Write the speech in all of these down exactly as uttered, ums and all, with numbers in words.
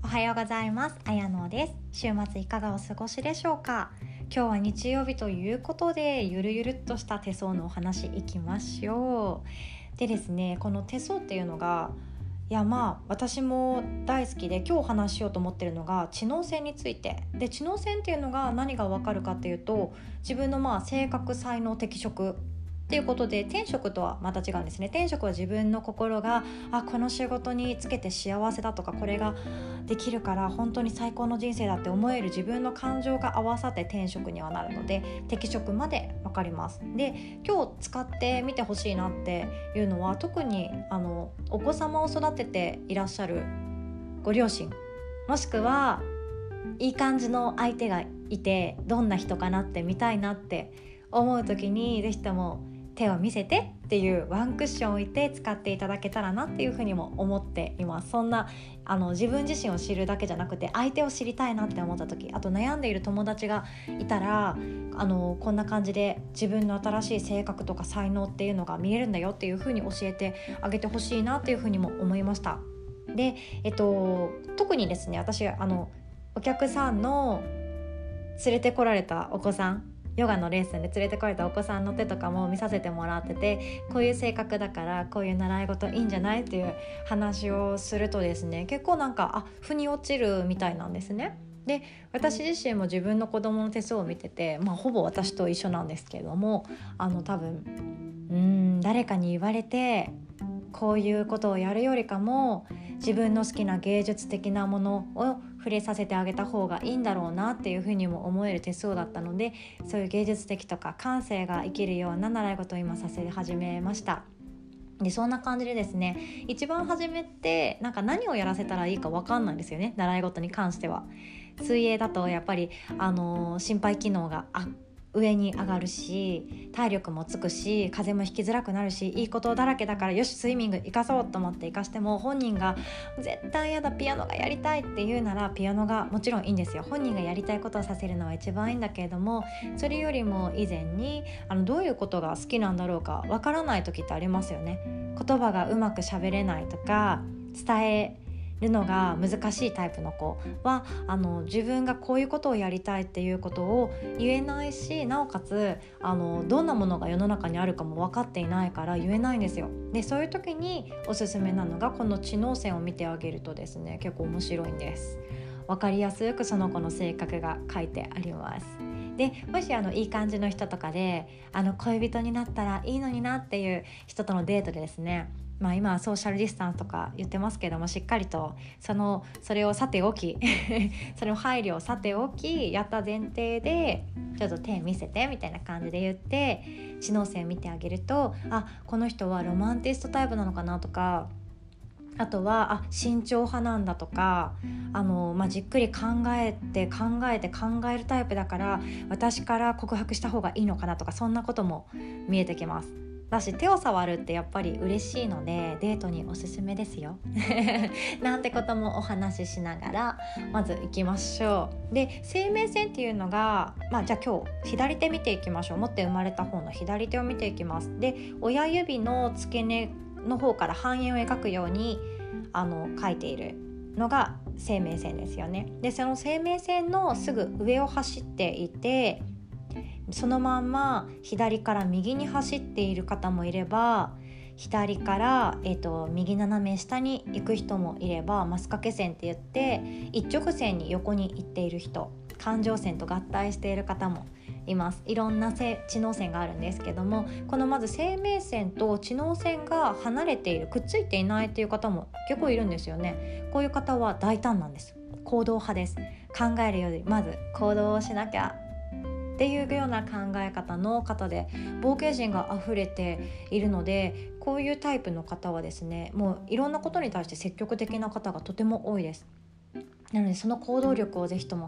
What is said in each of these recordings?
おはようございます。あやのです。週末いかがお過ごしでしょうか。今日は日曜日ということで、ゆるゆるっとした手相のお話いきましょう。でですね、この手相っていうのが、いやまあ私も大好きで、今日お話ししようと思ってるのが知能線についてで、知能線っていうのが何がわかるかっていうと、自分のまあ性格、才能、適職っていうことで、天職とはまた違うんですね。天職は自分の心があこの仕事につけて幸せだとか、これができるから本当に最高の人生だって思える自分の感情が合わさって天職にはなるので、適職まで分かります。で、今日使ってみてほしいなっていうのは、特にあのお子様を育てていらっしゃるご両親、もしくはいい感じの相手がいて、どんな人かなって見たいなって思う時に、ぜひとも手を見せてっていうワンクッションを置いて使っていただけたらなっていうふうにも思っています。そんなあの自分自身を知るだけじゃなくて、相手を知りたいなって思った時、あと悩んでいる友達がいたら、あのこんな感じで自分の新しい性格とか才能っていうのが見えるんだよっていうふうに教えてあげてほしいなっていうふうにも思いました。で、えっと、特にですね、私あのお客さんの連れてこられたお子さん、ヨガのレッスンで連れてこられたお子さんの手とかも見させてもらってて、こういう性格だからこういう習い事いいんじゃないっていう話をするとですね、結構なんかあ腑に落ちるみたいなんですね。で、私自身も自分の子供の手相を見てて、まあ、ほぼ私と一緒なんですけれども、あの多分うーん誰かに言われてこういうことをやるよりかも、自分の好きな芸術的なものを触れさせてあげた方がいいんだろうなっていうふうにも思える手相だったので、そういう芸術的とか感性が生きるような習い事を今させ始めました。で、そんな感じでですね、一番初めってなんか何をやらせたらいいか分かんないんですよね、習い事に関しては。水泳だとやっぱり、あのー、心肺機能があ上に上がるし、体力もつくし、風邪もひきづらくなるし、いいことだらけだから、よしスイミング生かそうと思って生かしても、本人が絶対やだピアノがやりたいって言うなら、ピアノがもちろんいいんですよ。本人がやりたいことをさせるのは一番いいんだけれども、それよりも以前にあのどういうことが好きなんだろうかわからない時ってありますよね。言葉がうまく喋れないとか、伝えるのが難しいタイプの子は、あの自分がこういうことをやりたいっていうことを言えないし、なおかつあのどんなものが世の中にあるかも分かっていないから言えないんですよ。で、そういう時におすすめなのが、この知能線を見てあげるとですね、結構面白いんです。分かりやすくその子の性格が書いてあります。で、もしあのいい感じの人とかで、あの恋人になったらいいのになっていう人とのデートでですね、まあ、今はソーシャルディスタンスとか言ってますけども、しっかりとそのそれをさておきその配慮をさておき、やった前提でちょっと手見せてみたいな感じで言って知能線見てあげると、あこの人はロマンティストタイプなのかなとか、あとはあ慎重派なんだとか、あの、まあ、じっくり考えて考えて考えるタイプだから、私から告白した方がいいのかなとか、そんなことも見えてきます。だし、手を触るってやっぱり嬉しいので、デートにおすすめですよなんてこともお話ししながらまず行きましょう。で、生命線っていうのが、まあ、じゃあ今日左手見ていきましょう。持って生まれた方の左手を見ていきます。で、親指の付け根の方から半円を描くようにあの描いているのが生命線ですよね。で、その生命線のすぐ上を走っていて、そのまんま左から右に走っている方もいれば、左から、えーと、右斜め下に行く人もいれば、マスカケ線って言って一直線に横に行っている人、環状線と合体している方もいます。いろんな知能線があるんですけども、このまず生命線と知能線が離れている、くっついていないっていう方も結構いるんですよね。こういう方は大胆なんです。行動派です。考えるよりまず行動をしなきゃっていうような考え方の方で、冒険心があふれているので、こういうタイプの方はですね、もういろんなことに対して積極的な方がとても多いです。なので、その行動力をぜひとも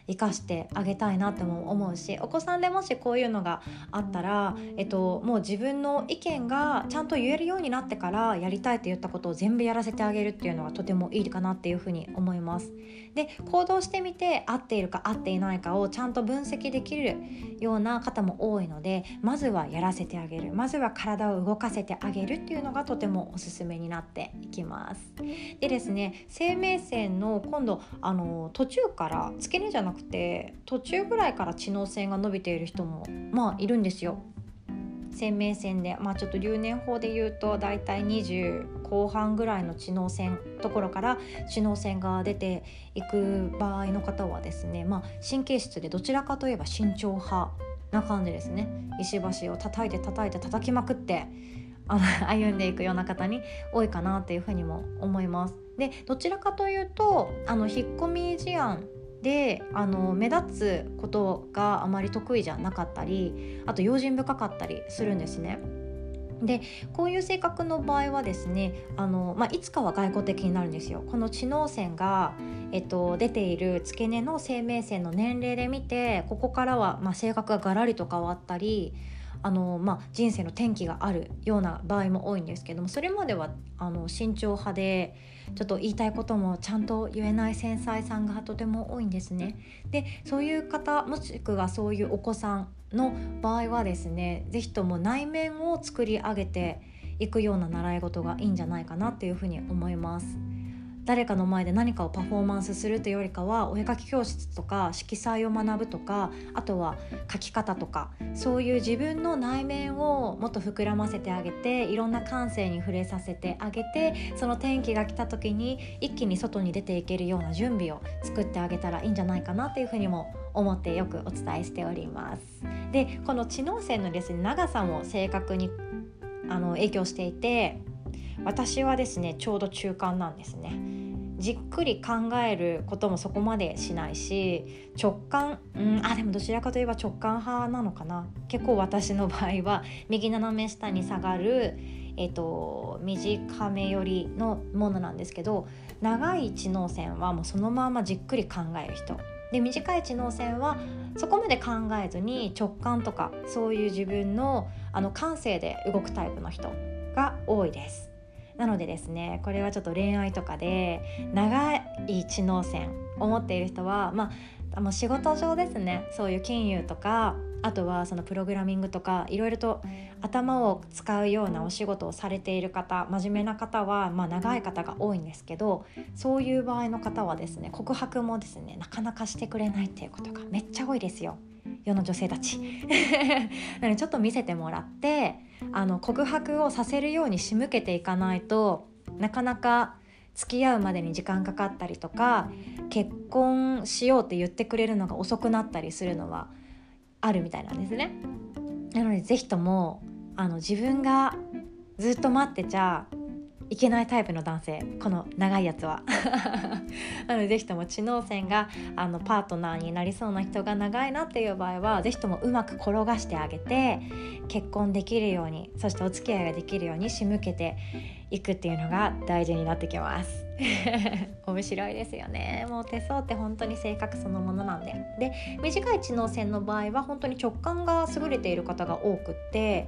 生かしてあげたいなっても思うし、お子さんでもしこういうのがあったら、えっと、もう自分の意見がちゃんと言えるようになってからやりたいって言ったことを全部やらせてあげるっていうのがとてもいいかなっていうふうに思います。で、行動してみて合っているか合っていないかをちゃんと分析できるような方も多いので、まずはやらせてあげる、まずは体を動かせてあげるっていうのがとてもおすすめになっていきます。でですね、生命線の今度あの途中から付け根じゃなくて途中ぐらいから知能線が伸びている人もまあいるんですよ。生命線で、まあ、ちょっと流年法で言うとだいたいにじゅう後半ぐらいの知能線ところから知能線が出ていく場合の方はですね、まあ、神経質でどちらかといえば慎重派な感じですね。石橋を叩いて叩いて叩きまくってあの歩んでいくような方に多いかなっていうふうにも思います。で、どちらかというとあの引っ込み思案であの目立つことがあまり得意じゃなかったり、あと用心深かったりするんですね。で、こういう性格の場合はですね、あの、まあ、いつかは外交的になるんですよ。この知能線が、えっと、出ている付け根の生命線の年齢で見て、ここからは、まあ、性格がガラリと変わったり、あの、まあ、人生の転機があるような場合も多いんですけども、それまではあの慎重派でちょっと言いたいこともちゃんと言えない繊細さんがとても多いんですね。で、そういう方もしくはそういうお子さんの場合はですね、ぜひとも内面を作り上げていくような習い事がいいんじゃないかなっていうふうに思います。誰かの前で何かをパフォーマンスするというよりかは、お絵描き教室とか色彩を学ぶとか、あとは描き方とか、そういう自分の内面をもっと膨らませてあげて、いろんな感性に触れさせてあげて、その転機が来た時に一気に外に出ていけるような準備を作ってあげたらいいんじゃないかなというふうにも思ってよくお伝えしております。で、この知能線のですね、長さも性格にあの影響していて、私はですねちょうど中間なんですね。じっくり考えることもそこまでしないし、直感、うん、あでもどちらかといえば直感派なのかな。結構私の場合は右斜め下に下がる、えっと、短め寄りのものなんですけど、長い知能線はもうそのままじっくり考える人で、短い知能線はそこまで考えずに直感とかそういう自分の、あの感性で動くタイプの人が多いです。なのでですね、これはちょっと恋愛とかで長い知能線を持っている人は、まあ、もう仕事上ですね、そういう金融とか、あとはそのプログラミングとかいろいろと頭を使うようなお仕事をされている方、真面目な方はまあ長い方が多いんですけど、そういう場合の方はですね、告白もですねなかなかしてくれないっていうことがめっちゃ多いですよ、世の女性たちなのでちょっと見せてもらって、あの告白をさせるように仕向けていかないと、なかなか付き合うまでに時間かかったりとか、結婚しようって言ってくれるのが遅くなったりするのはあるみたいなんですね。なのでぜひともあの自分がずっと待ってちゃいけないタイプの男性、この長いやつはなのでぜひとも知能線があのパートナーになりそうな人が長いなっていう場合は、ぜひともうまく転がしてあげて結婚できるように、そしてお付き合いができるように仕向けていくっていうのが大事になってきます面白いですよね。もう手相って本当に性格そのものなんで。で、短い知能線の場合は本当に直感が優れている方が多くって、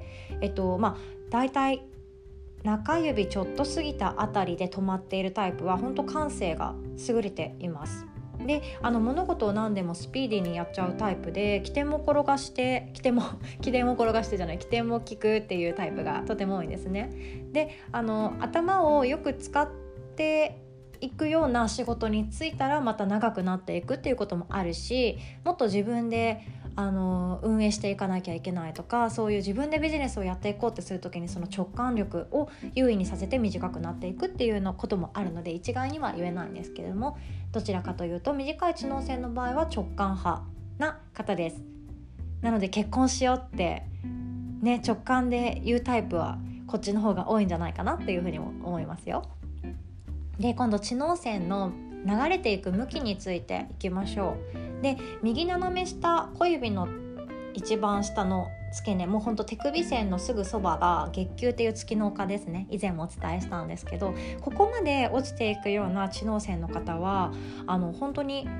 えっとまあだいたい中指ちょっと過ぎたあたりで止まっているタイプは本当感性が優れています。で、あの物事を何でもスピーディーにやっちゃうタイプで、起点も転がして起点も起点も転がしてじゃない起点も効くっていうタイプがとても多いんですね。で、あの頭をよく使っていくような仕事に就いたらまた長くなっていくっていうこともあるし、もっと自分であの運営していかなきゃいけないとか、そういう自分でビジネスをやっていこうってするときにその直感力を優位にさせて短くなっていくっていうのこともあるので、一概には言えないんですけれども、どちらかというと短い知能線の場合は直感派な方です。なので結婚しようってね、直感で言うタイプはこっちの方が多いんじゃないかなっていうふうにも思いますよ。で、今度知能線の流れていく向きについていきましょう。で、右斜め下、小指の一番下の付け根、もうほんと手首線のすぐそばが月給っていう月の丘ですね。以前もお伝えしたんですけど、ここまで落ちていくような知能線の方はあの本当に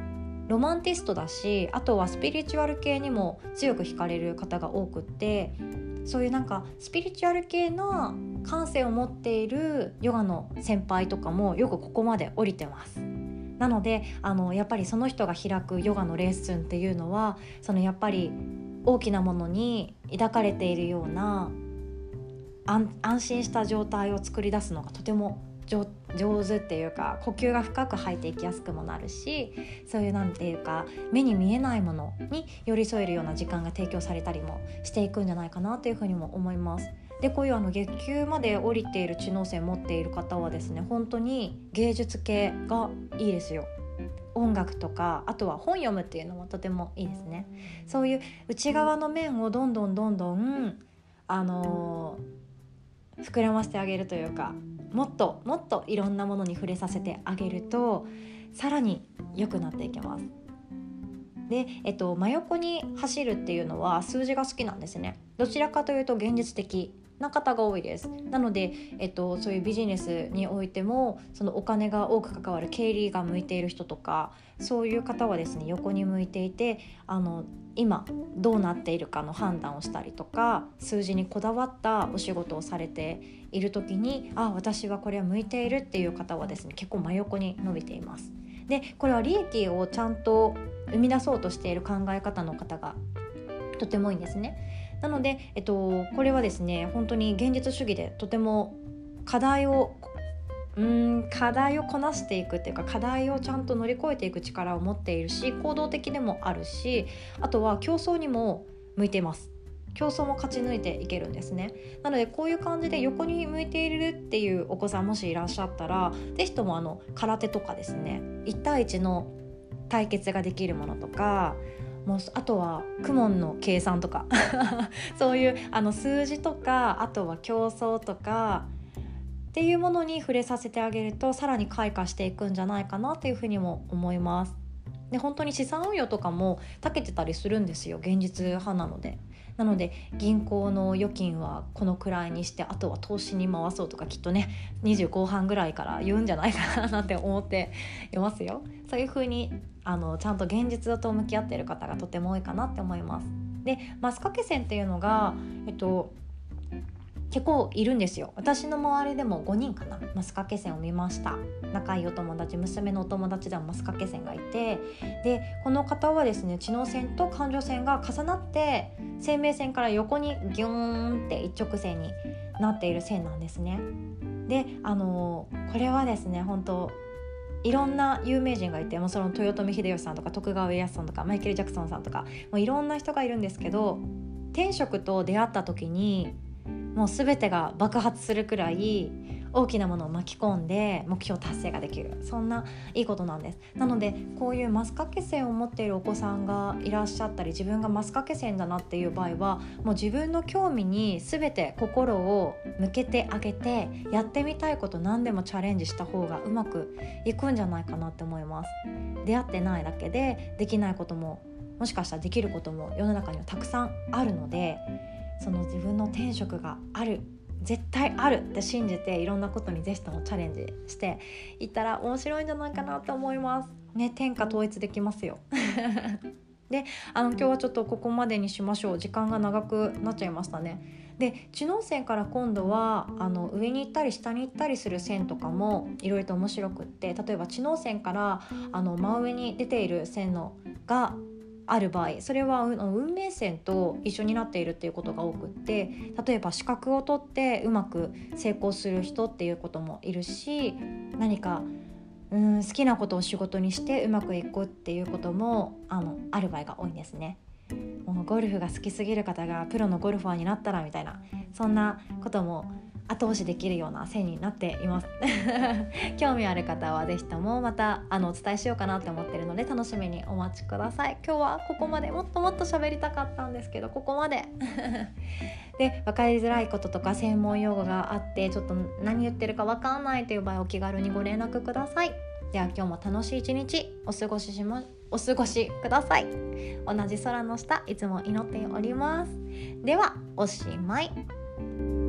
ロマンティストだし、あとはスピリチュアル系にも強く惹かれる方が多くって、そういうなんかスピリチュアル系な感性を持っているヨガの先輩とかもよくここまで降りてます。なのであのやっぱりその人が開くヨガのレッスンっていうのは、そのやっぱり大きなものに抱かれているような安, 安心した状態を作り出すのがとても上, 上手っていうか、呼吸が深く入っていきやすくもなるし、そういうなんていうか目に見えないものに寄り添えるような時間が提供されたりもしていくんじゃないかなというふうにも思います。でこういうあの月給まで降りている知能線持っている方はですね、本当に芸術系がいいですよ。音楽とか、あとは本読むっていうのもとてもいいですね。そういう内側の面をどんどんどんどんあのー、膨らませてあげるというか、もっともっといろんなものに触れさせてあげるとさらに良くなっていきます。で、えっと、真横に走るっていうのは数字が好きなんですね。どちらかというと現実的な方が多いです。なので、えっと、そういうビジネスにおいてもそのお金が多く関わる経理が向いている人とか、そういう方はですね横に向いていて、あの今どうなっているかの判断をしたりとか、数字にこだわったお仕事をされている時に、あ、私はこれは向いているっていう方はですね結構真横に伸びています。でこれは利益をちゃんと生み出そうとしている考え方の方がとても多いんですね。なので、えっと、これはですね本当に現実主義でとても課題をうーん課題をこなしていくっていうか、課題をちゃんと乗り越えていく力を持っているし、行動的でもあるし、あとは競争にも向いています。競争も勝ち抜いていけるんですね。なのでこういう感じで横に向いているっていうお子さんもしいらっしゃったら、ぜひともあの空手とかですね、いち対いちの対決ができるものとか、もうあとはクモンの計算とかそういうあの数字とか、あとは競争とかっていうものに触れさせてあげるとさらに開花していくんじゃないかなっていうふうにも思います。で本当に資産運用とかも長けてたりするんですよ、現実派なので。なので銀行の預金はこのくらいにして、あとは投資に回そうとか、きっとねにじゅう後半ぐらいから言うんじゃないかななんて思っていますよ。そういう風にあのちゃんと現実と向き合っている方がとても多いかなって思います。でマスカケ線っていうのが、えっと結構いるんですよ。私の周りでもごにんかな、マスカケ線を見ました。仲いいお友達、娘のお友達でもマスカケ線がいて、でこの方はですね知能線と感情線が重なって生命線から横にギューンって一直線になっている線なんですね。であのこれはですね本当いろんな有名人がいて、もうその豊臣秀吉さんとか徳川家康さんとかマイケル・ジャクソンさんとか、もういろんな人がいるんですけど、天職と出会った時にもう全てが爆発するくらい大きなものを巻き込んで目標達成ができる、そんないいことなんです。なのでこういうマスカケ線を持っているお子さんがいらっしゃったり、自分がマスカケ線だなっていう場合は、もう自分の興味に全て心を向けてあげて、やってみたいこと何でもチャレンジした方がうまくいくんじゃないかなって思います。出会ってないだけでできないことも、もしかしたらできることも世の中にはたくさんあるので、その自分の天職がある、絶対あるって信じて、いろんなことにぜひともチャレンジしていったら面白いんじゃないかなと思いますね。天下統一できますよであの今日はちょっとここまでにしましょう。時間が長くなっちゃいましたね。で知能線から今度はあの上に行ったり下に行ったりする線とかもいろいろと面白くって、例えば知能線からあの真上に出ている線のがある場合、それは運命線と一緒になっているっていうことが多くって、例えば資格を取ってうまく成功する人っていうこともいるし、何かうん好きなことを仕事にしてうまくいくっていうことも あの、ある場合が多いんですね。もうゴルフが好きすぎる方がプロのゴルファーになったらみたいな、そんなことも後押しできるような線になっています興味ある方はぜひともまたあのお伝えしようかなって思ってるので、楽しみにお待ちください。今日はここまで、もっともっと喋りたかったんですけどここまでで分かりづらいこととか専門用語があってちょっと何言ってるか分かんないという場合、お気軽にご連絡ください。では今日も楽しい一日お過ごししまお過ごしください。同じ空の下いつも祈っております。ではおしまい。